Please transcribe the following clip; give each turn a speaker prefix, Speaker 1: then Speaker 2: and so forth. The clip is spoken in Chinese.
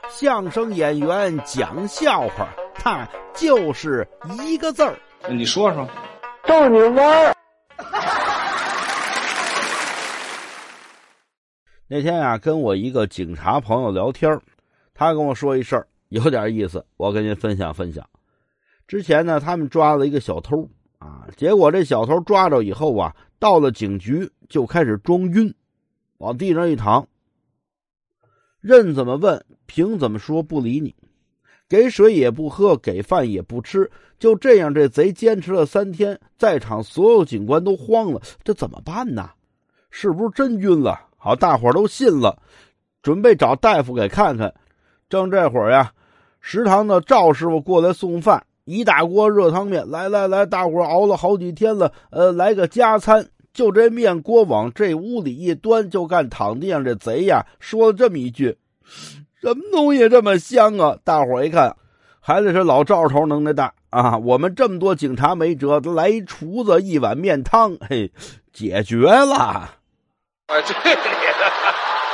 Speaker 1: 相声演员讲笑话，他就是一个字儿。
Speaker 2: 你说说。
Speaker 3: 逗你玩儿。
Speaker 1: 那天啊，跟我一个警察朋友聊天，他跟我说一事儿，有点意思，我跟您分享分享。之前呢，他们抓了一个小偷啊，结果这小偷抓着以后啊，到了警局就开始装晕，往地上一躺，任怎么问，凭怎么说，不理你，给水也不喝，给饭也不吃，就这样，这贼坚持了3天，在场所有警官都慌了，这怎么办呢？是不是真晕了？好，大伙儿都信了，准备找大夫给看看。正这会儿呀，食堂的赵师傅过来送饭，一大锅热汤面，来，大伙儿熬了好几天了，来个加餐。就这面锅往这屋里一端，就干躺地上这贼呀，说了这么一句：“什么东西这么香啊？”大伙儿一看，还得是老赵头能耐大啊！我们这么多警察没辙，来一厨子一碗面汤，嘿，解决了。
Speaker 2: 这里